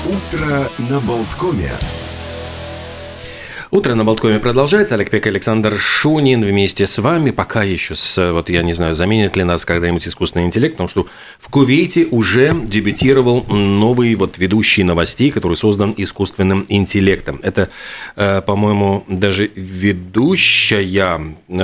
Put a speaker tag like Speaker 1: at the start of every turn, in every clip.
Speaker 1: Утро на Болткоме.
Speaker 2: Утро на Болткоме продолжается. Олег Пек, Александр Шунин вместе с вами. Пока еще, я не знаю, заменит ли нас когда-нибудь искусственный интеллект, потому что в Кувейте уже дебютировал новый ведущий новостей, который создан искусственным интеллектом. Это, по-моему, даже ведущая...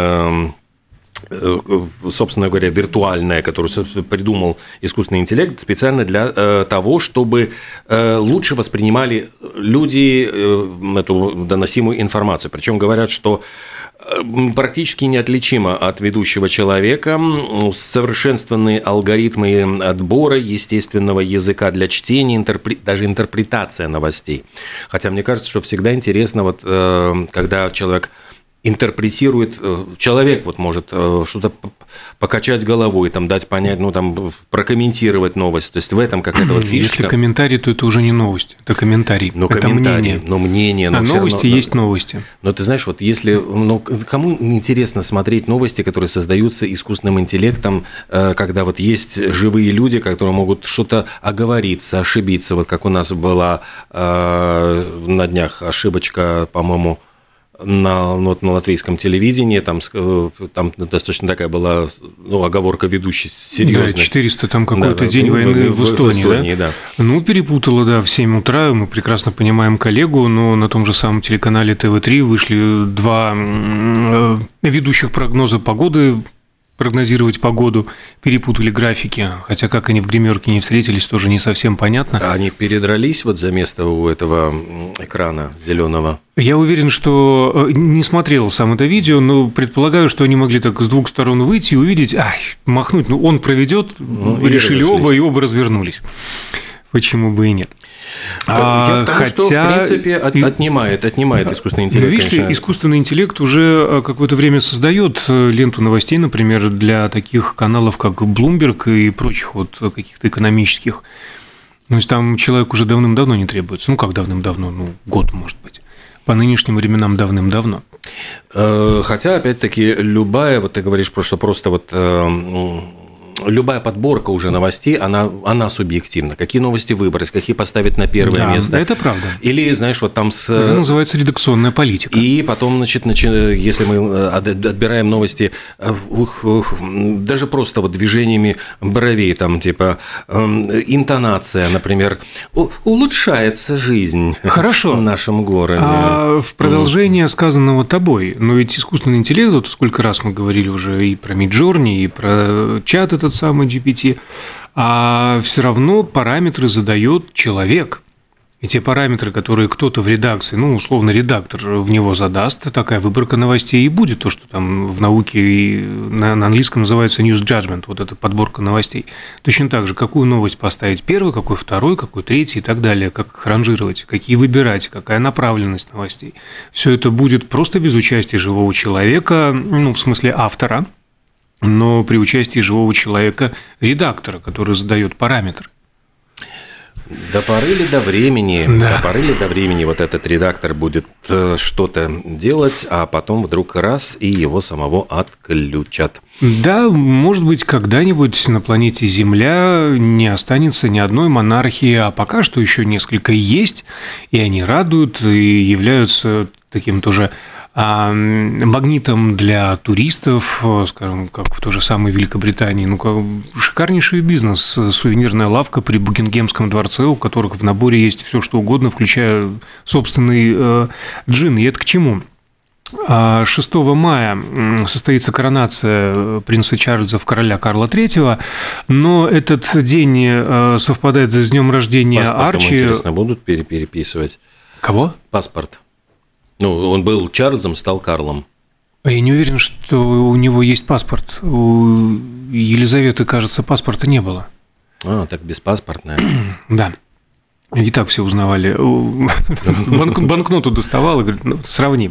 Speaker 2: собственно говоря, виртуальная, которую придумал искусственный интеллект специально для того, чтобы лучше воспринимали люди эту доносимую информацию. Причем говорят, что практически неотличимо от ведущего человека, усовершенствованные алгоритмы отбора естественного языка для чтения, даже интерпретация новостей. Хотя мне кажется, что всегда интересно, когда человек интерпретирует, человек может что-то покачать головой, дать понять, прокомментировать новость. То есть в этом какая-то фишка.
Speaker 3: Если комментарий, то это уже не новость, это комментарий. Это мнение.
Speaker 2: Мнение.
Speaker 3: А новости есть новости.
Speaker 2: Но ты знаешь, если... кому интересно смотреть новости, которые создаются искусственным интеллектом, когда есть живые люди, которые могут что-то оговориться, ошибиться, как у нас была на днях ошибочка, по-моему, на латвийском телевидении, там достаточно такая была оговорка ведущей серьезная.
Speaker 3: Да, 400 какой-то день войны в Эстонии, да? Перепутала, в 7 утра, мы прекрасно понимаем коллегу, но на том же самом телеканале ТВ3 вышли два ведущих прогноза погоды, прогнозировать погоду, перепутали графики, хотя как они в гримерке не встретились, тоже не совсем понятно.
Speaker 2: А они передрались за место у этого экрана зеленого?
Speaker 3: Я уверен, что не смотрел сам это видео, но предполагаю, что они могли так с двух сторон выйти и увидеть, махнуть, он проведет, решили оба, и оба развернулись. Почему бы и нет?
Speaker 2: Что, в принципе, отнимает искусственный интеллект.
Speaker 3: Видишь ли, искусственный интеллект уже какое-то время создает ленту новостей, например, для таких каналов, как Bloomberg и прочих каких-то экономических. То есть там человек уже давным-давно не требуется. Как давным-давно? Год, может быть. По нынешним временам давным-давно.
Speaker 2: Хотя, опять-таки, любая, ты говоришь, что просто любая подборка уже новостей, она субъективна. Какие новости выбрать, какие поставить на первое место.
Speaker 3: Это правда.
Speaker 2: Или, знаешь, это
Speaker 3: называется редакционная политика.
Speaker 2: И потом, если мы отбираем новости даже просто движениями бровей, интонация, например, улучшается жизнь в нашем городе.
Speaker 3: А в продолжение сказанного тобой, но ведь искусственный интеллект, сколько раз мы говорили уже и про Midjourney, и про чат этот самый GPT, а все равно параметры задает человек. И те параметры, которые кто-то в редакции, условно, редактор в него задаст, такая выборка новостей и будет, то, что там в науке и на английском называется news judgment, эта подборка новостей. Точно так же, какую новость поставить первой, какой второй, какой третий и так далее, как их ранжировать, какие выбирать, какая направленность новостей. Все это будет просто без участия живого человека, в смысле автора, но при участии живого человека, редактора, который задает параметры.
Speaker 2: До поры ли до времени, этот редактор будет что-то делать, а потом вдруг раз, и его самого отключат.
Speaker 3: Да, может быть, когда-нибудь на планете Земля не останется ни одной монархии, а пока что еще несколько есть, и они радуют, и являются таким тоже магнитом для туристов, скажем, как в той же самой Великобритании. Шикарнейший бизнес, сувенирная лавка при Букингемском дворце, у которых в наборе есть все что угодно, включая собственный джин. И это к чему? 6 мая состоится коронация принца Чарльза в короля Карла III, но этот день совпадает с днем рождения Арчи.
Speaker 2: Интересно, будут переписывать?
Speaker 3: Кого?
Speaker 2: Паспорт. Он был Чарльзом, стал Карлом.
Speaker 3: Я не уверен, что у него есть паспорт. У Елизаветы, кажется, паспорта не было.
Speaker 2: Так беспаспортная.
Speaker 3: Да. И так все узнавали. Банкноту доставал и говорит, сравни.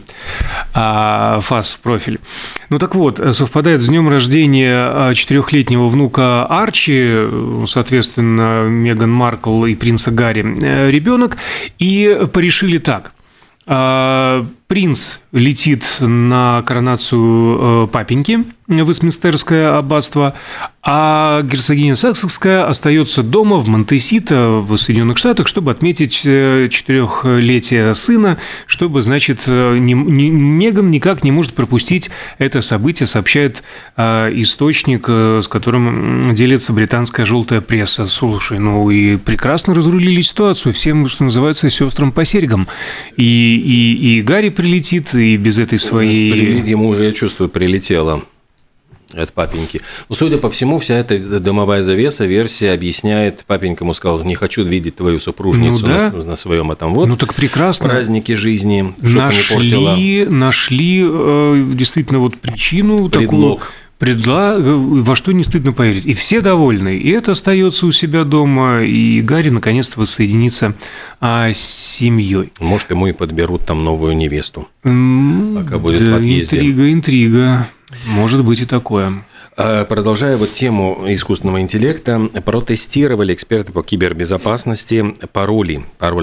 Speaker 3: ФАС профиль. Так вот, совпадает с днем рождения 4-летнего внука Арчи, соответственно, Меган Маркл и принца Гарри ребенок, и порешили так. Принц летит на коронацию папеньки, Вестминстерское аббатство, а герцогиня Сассекская остается дома в Монте-Сито в Соединенных Штатах, чтобы отметить 4-летие сына, чтобы, значит, Меган никак не может пропустить это событие, сообщает источник, с которым делится британская желтая пресса. Слушай, ну и прекрасно разрулили ситуацию, всем, что называется, сестрам по серьгам. И Гарри прилетит, и без этой своей...
Speaker 2: Ему уже, я чувствую, прилетело. От папеньки. Ну, судя по всему, вся эта дымовая завеса, версия объясняет, папенька ему сказал: не хочу видеть твою супружницу на своем этом вот.
Speaker 3: Ну, так прекрасно.
Speaker 2: Празднике жизни, чтобы не портила.
Speaker 3: Нашли действительно вот причину,
Speaker 2: предлог.
Speaker 3: Во что не стыдно поверить. И все довольны. И это остается у себя дома, и Гарри наконец-то воссоединится с семьей.
Speaker 2: Может, ему и подберут там новую невесту, пока будет в отъезде.
Speaker 3: Интрига. Может быть и такое.
Speaker 2: Продолжая вот тему искусственного интеллекта, протестировали эксперты по кибербезопасности пароли.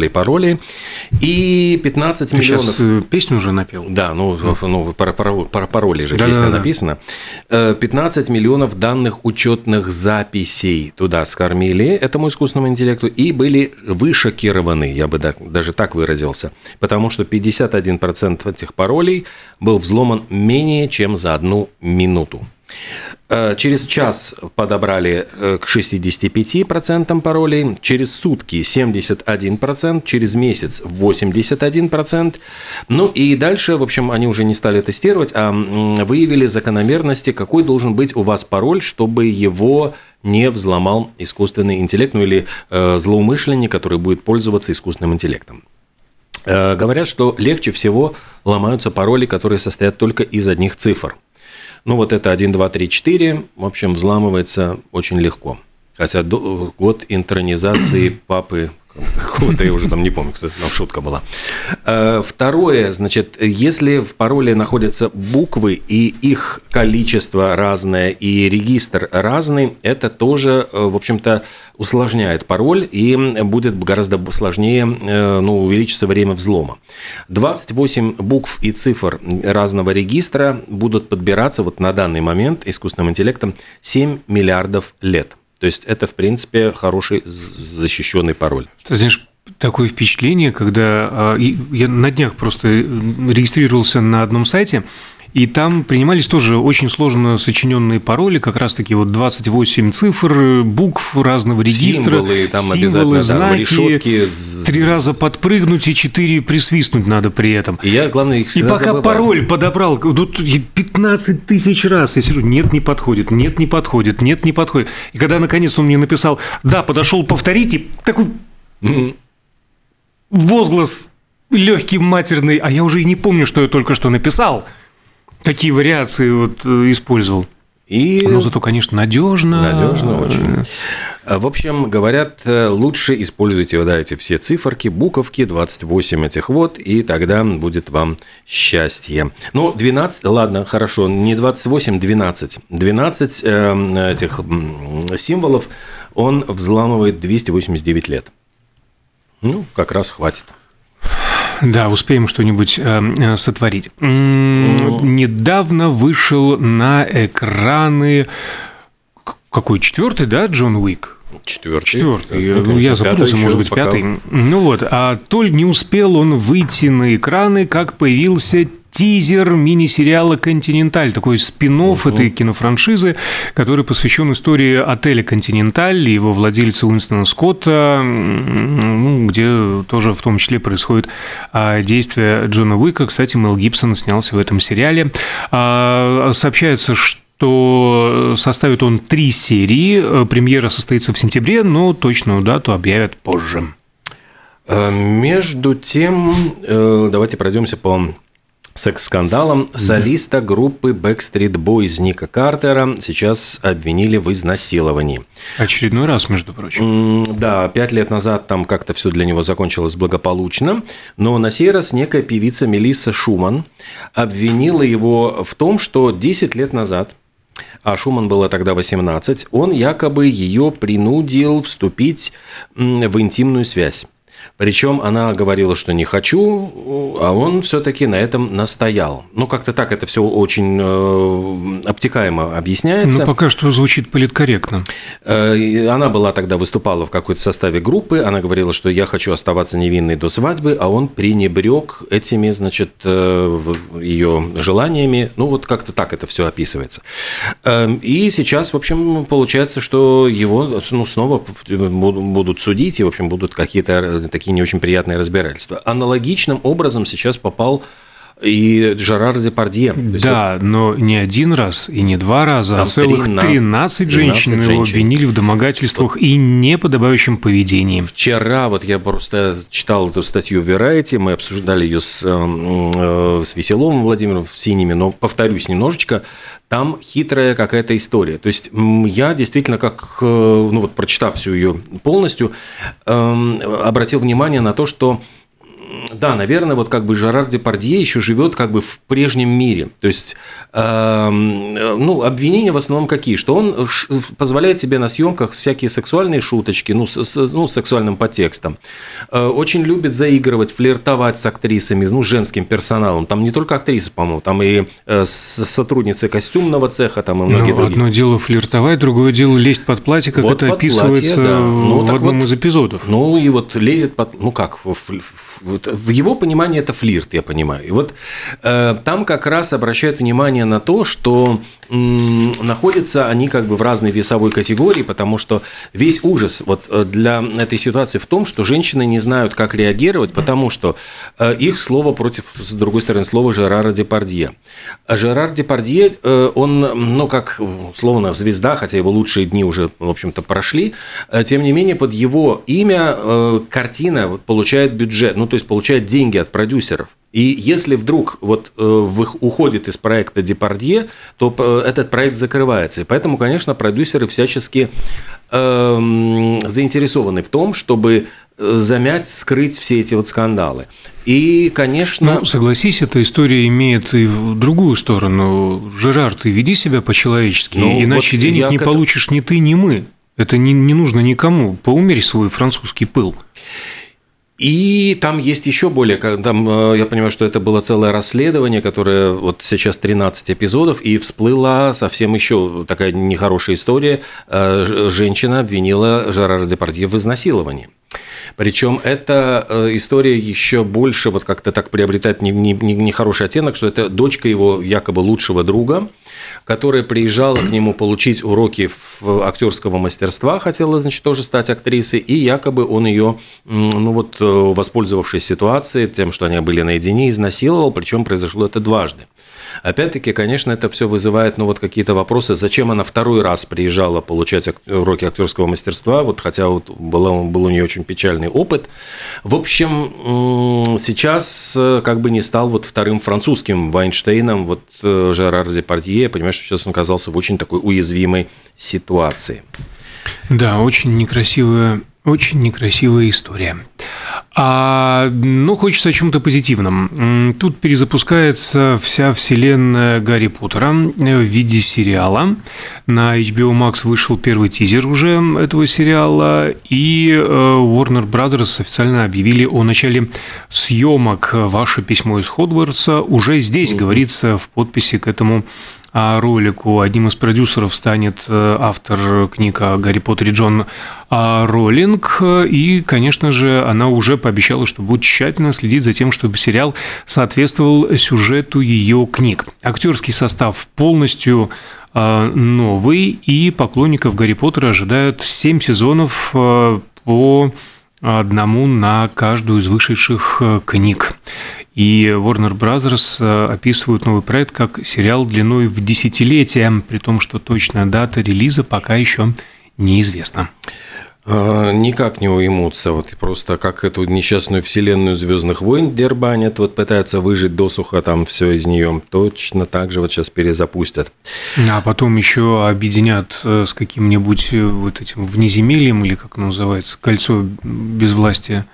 Speaker 2: И 15
Speaker 3: Ты
Speaker 2: миллионов...
Speaker 3: сейчас песню уже напел?
Speaker 2: Да, про пароли же песня написана. 15 миллионов данных учетных записей туда скормили этому искусственному интеллекту и были вышокированы, я бы даже так выразился, потому что 51% этих паролей был взломан менее чем за 1 минуту. Через час подобрали к 65% паролей, через сутки 71%, через месяц 81%. Ну и дальше, в общем, они уже не стали тестировать, а выявили закономерности, какой должен быть у вас пароль, чтобы его не взломал искусственный интеллект, ну или злоумышленник, который будет пользоваться искусственным интеллектом. Говорят, что легче всего ломаются пароли, которые состоят только из одних цифр. Ну, вот это 1, 2, 3, 4, в общем, взламывается очень легко. Хотя год интронизации папы, какого-то я уже там не помню, кто там шутка была. Второе, значит, если в пароле находятся буквы, и их количество разное, и регистр разный, это тоже, в общем-то, усложняет пароль, и будет гораздо сложнее увеличится время взлома. 28 букв и цифр разного регистра будут подбираться вот на данный момент искусственным интеллектом 7 миллиардов лет. То есть это, в принципе, хороший защищенный пароль.
Speaker 3: Ты знаешь, такое впечатление, когда я на днях просто регистрировался на одном сайте, и там принимались тоже очень сложно сочиненные пароли, как раз-таки вот 28 цифр, букв разного регистра,
Speaker 2: символы, там обязательно,
Speaker 3: знаки,
Speaker 2: решетки.
Speaker 3: 3 раза подпрыгнуть и 4 присвистнуть надо при этом.
Speaker 2: И я, главное, их всегда
Speaker 3: забываю. Пароль подобрал, тут 15 тысяч раз я сижу, нет, не подходит. И когда наконец он мне написал: да, подошел повторите, такой возглас легкий, матерный, а я уже и не помню, что я только что написал. Какие вариации вот использовал. Но зато, конечно, надежно.
Speaker 2: Надежно очень. В общем, говорят, лучше используйте эти все циферки, буковки, 28 этих вот, и тогда будет вам счастье. Ну, 12, ладно, хорошо, не 28, 12. 12 этих символов он взламывает 289 лет. Ну, как раз хватит.
Speaker 3: Да, успеем что-нибудь сотворить. Недавно вышел на экраны какой, 4-й, да, Джон Уик? 4-й. Я запутался, может быть, 5-й. Ну вот, а то ли не успел он выйти на экраны, как появился тизер мини-сериала «Континенталь», такой спин-офф этой кинофраншизы, который посвящен истории отеля «Континенталь» и его владельца Уинстона Скотта, где тоже в том числе происходит действие Джона Уика. Кстати, Мел Гибсон снялся в этом сериале. Сообщается, что составит он 3 серии. Премьера состоится в сентябре, но точную дату объявят позже.
Speaker 2: Между тем, давайте пройдемся по секс-скандалом. Солиста группы Backstreet Boys Ника Картера сейчас обвинили в изнасиловании.
Speaker 3: Очередной раз, между прочим.
Speaker 2: Да, 5 лет назад там как-то все для него закончилось благополучно, но на сей раз некая певица Мелисса Шуман обвинила его в том, что 10 лет назад, а Шуман было тогда 18, он якобы ее принудил вступить в интимную связь. Причем она говорила, что не хочу, а он все-таки на этом настоял. Ну, как-то так это все очень обтекаемо объясняется.
Speaker 3: Ну, пока что звучит политкорректно.
Speaker 2: Она тогда выступала в какой-то составе группы, она говорила, что я хочу оставаться невинной до свадьбы, а он пренебрег этими, значит, ее желаниями. Ну, вот как-то так это все описывается. И сейчас, в общем, получается, что его снова будут судить, и, в общем, будут какие-то такие не очень приятные разбирательства. Аналогичным образом сейчас попал и Жерар Депардье.
Speaker 3: Да, но не один раз и не два раза, а целых 13 женщин его обвинили в домогательствах и неподобающем поведении.
Speaker 2: Вчера вот я просто читал эту статью в Variety, мы обсуждали ее с Веселовым Владимиром, с Синими, но повторюсь немножечко, там хитрая какая-то история. То есть я действительно, прочитав всю ее полностью, обратил внимание на то, что да, наверное, Жерар Депардье еще живет в прежнем мире. То есть, обвинения в основном какие? Что он позволяет себе на съемках всякие сексуальные шуточки, с сексуальным подтекстом. Очень любит заигрывать, флиртовать с актрисами, женским персоналом. Там не только актрисы, по-моему, там и сотрудницы костюмного цеха, там и многие другие.
Speaker 3: Одно дело флиртовать, другое дело лезть под платье, как это описывается в одном из эпизодов.
Speaker 2: Лезет под... В его понимании это флирт, я понимаю. И там как раз обращают внимание на то, что находятся они в разной весовой категории, потому что весь ужас для этой ситуации в том, что женщины не знают, как реагировать, потому что их слово против, с другой стороны, слова Жерара Депардье. А Жерар Депардье, он, условно, звезда, хотя его лучшие дни уже, в общем-то, прошли, тем не менее, под его имя картина получает бюджет, то есть получает деньги от продюсеров. И если вдруг уходит из проекта Депардье, то этот проект закрывается. И поэтому, конечно, продюсеры всячески заинтересованы в том, чтобы замять, скрыть все эти скандалы. И, конечно...
Speaker 3: согласись, эта история имеет и в другую сторону. Жерар, ты веди себя по-человечески, иначе денег не получишь ни ты, ни мы. Это не нужно никому. Поумерь свой французский пыл.
Speaker 2: И там есть еще более, я понимаю, что это было целое расследование, которое сейчас 13 эпизодов, и всплыла совсем еще такая нехорошая история. Женщина обвинила Жерара Депардье в изнасиловании. Причем эта история еще больше как-то так приобретает нехороший оттенок, что это дочка его якобы лучшего друга, которая приезжала к нему получить уроки актерского мастерства, хотела, тоже стать актрисой, и якобы он ее, воспользовавшись ситуацией, тем, что они были наедине, изнасиловал, причем произошло это дважды. Опять-таки, конечно, это все вызывает какие-то вопросы, зачем она второй раз приезжала получать уроки актерского мастерства, хотя был у нее очень печальный опыт. В общем, сейчас не стал вторым французским Вайнштейном Жерар Депардье, понимаешь, что сейчас он оказался в очень такой уязвимой ситуации.
Speaker 3: Да, очень некрасивая история. Хочется о чем-то позитивном. Тут перезапускается вся вселенная Гарри Поттера в виде сериала. На HBO Max вышел первый тизер уже этого сериала, и Warner Brothers официально объявили о начале съемок. «Ваше письмо из Хогвартса» уже здесь говорится в подписи к этому ролику. Одним из продюсеров станет автор книг о Гарри Поттере Джон Роулинг, и, конечно же, она уже пообещала, что будет тщательно следить за тем, чтобы сериал соответствовал сюжету ее книг. Актерский состав полностью новый, и поклонников Гарри Поттера ожидают 7 сезонов по одному на каждую из вышедших книг. И Warner Brothers описывают новый проект как сериал длиной в десятилетие, при том, что точная дата релиза пока еще неизвестна.
Speaker 2: Никак не уймутся, просто как эту несчастную вселенную «Звездных войн» дербанят, пытаются выжить досуха там все из нее, точно так же сейчас перезапустят.
Speaker 3: А потом еще объединят с каким-нибудь этим внеземельем, или как оно называется, кольцо безвластия.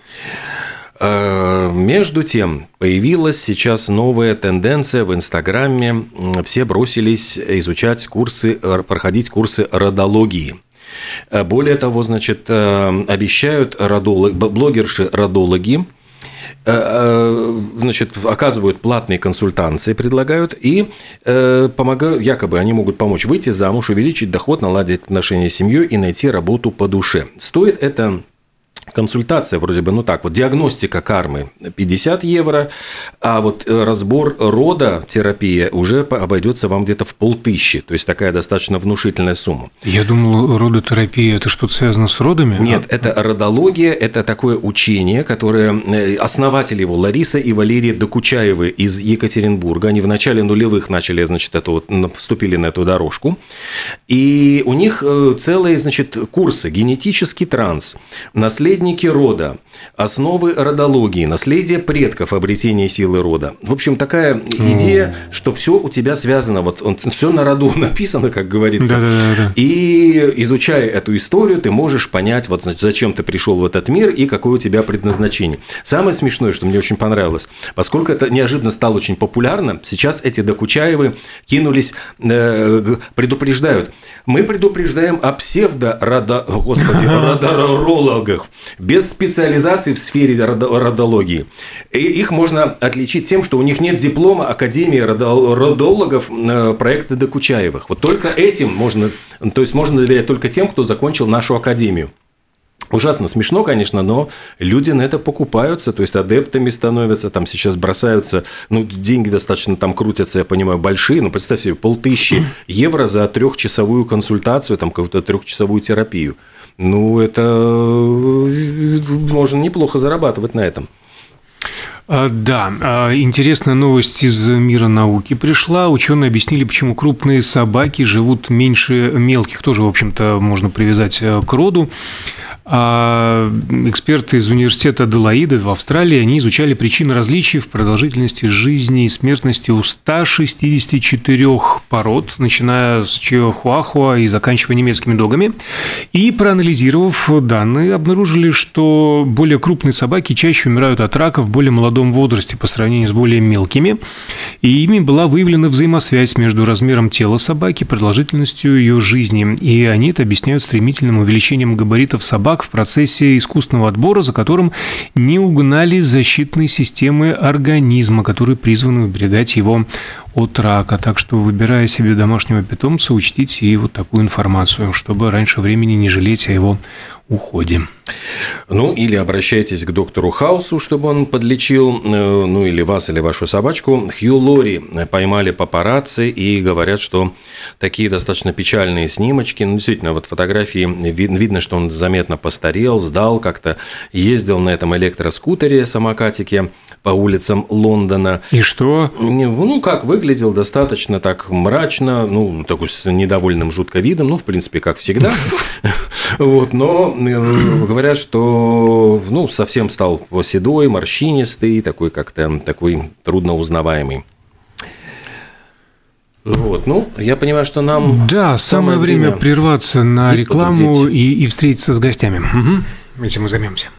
Speaker 2: Между тем, появилась сейчас новая тенденция в Инстаграме. Все бросились проходить курсы родологии. Более того, значит, обещают блогерши-родологи, значит, оказывают платные консультации, предлагают и помогают, якобы они могут помочь выйти замуж, увеличить доход, наладить отношения с семьей и найти работу по душе. Стоит это консультация вроде бы, диагностика кармы 50 евро, а вот разбор рода, терапия уже обойдется вам где-то в 5000, то есть такая достаточно внушительная сумма.
Speaker 3: Я думал, родотерапия – это что-то связано с родами?
Speaker 2: Нет, это родология, это такое учение, которое основатели его Лариса и Валерий Докучаевы из Екатеринбурга, они в начале нулевых начали, значит, вступили на эту дорожку, и у них целые, значит, курсы: генетический транс, наследники рода, основы родологии, наследие предков, обретение силы рода. В общем, такая идея, что все у тебя связано, все на роду написано, как говорится.
Speaker 3: Да.
Speaker 2: И изучая эту историю, ты можешь понять, зачем ты пришел в этот мир и какое у тебя предназначение. Самое смешное, что мне очень понравилось, поскольку это неожиданно стало очень популярно, сейчас эти Докучаевы кинулись, предупреждают. Мы предупреждаем о родорологах без специализации в сфере родологии. И их можно отличить тем, что у них нет диплома Академии родологов проекта Докучаевых. Вот только этим можно доверять только тем, кто закончил нашу академию. Ужасно смешно, конечно, но люди на это покупаются, то есть адептами становятся, там сейчас бросаются, деньги достаточно там крутятся, я понимаю, большие, но представь себе, 5000 евро за 3-часовую консультацию, там какую-то 3-часовую терапию. Это можно неплохо зарабатывать на этом.
Speaker 3: Да, интересная новость из мира науки пришла. Ученые объяснили, почему крупные собаки живут меньше мелких. Тоже, в общем-то, можно привязать к роду. Эксперты из университета Аделаиды в Австралии, они изучали причины различий в продолжительности жизни и смертности у 164 пород, начиная с чихуахуа и заканчивая немецкими догами. И, проанализировав данные, обнаружили, что более крупные собаки чаще умирают от рака в более молодом возрасте по сравнению с более мелкими. И ими была выявлена взаимосвязь между размером тела собаки и продолжительностью ее жизни. И они это объясняют стремительным увеличением габаритов собак в процессе искусственного отбора, за которым не угнали защитные системы организма, которые призваны уберегать его от рака. Так что, выбирая себе домашнего питомца, учтите и вот такую информацию, чтобы раньше времени не жалеть о его уходе.
Speaker 2: Или обращайтесь к доктору Хаусу, чтобы он подлечил, или вас, или вашу собачку. Хью Лори поймали папарацци и говорят, что такие достаточно печальные снимочки. Действительно, фотографии видно, что он заметно постарел, сдал, как-то ездил на этом электроскутере, самокатике по улицам Лондона.
Speaker 3: И что?
Speaker 2: Как выглядел, достаточно так мрачно, такой с недовольным жутко видом, в принципе, как всегда. Но говорят, что совсем стал седой, морщинистый, такой трудноузнаваемый. Я понимаю, что нам...
Speaker 3: Да, самое время прерваться на рекламу и встретиться с гостями. Этим мы займемся.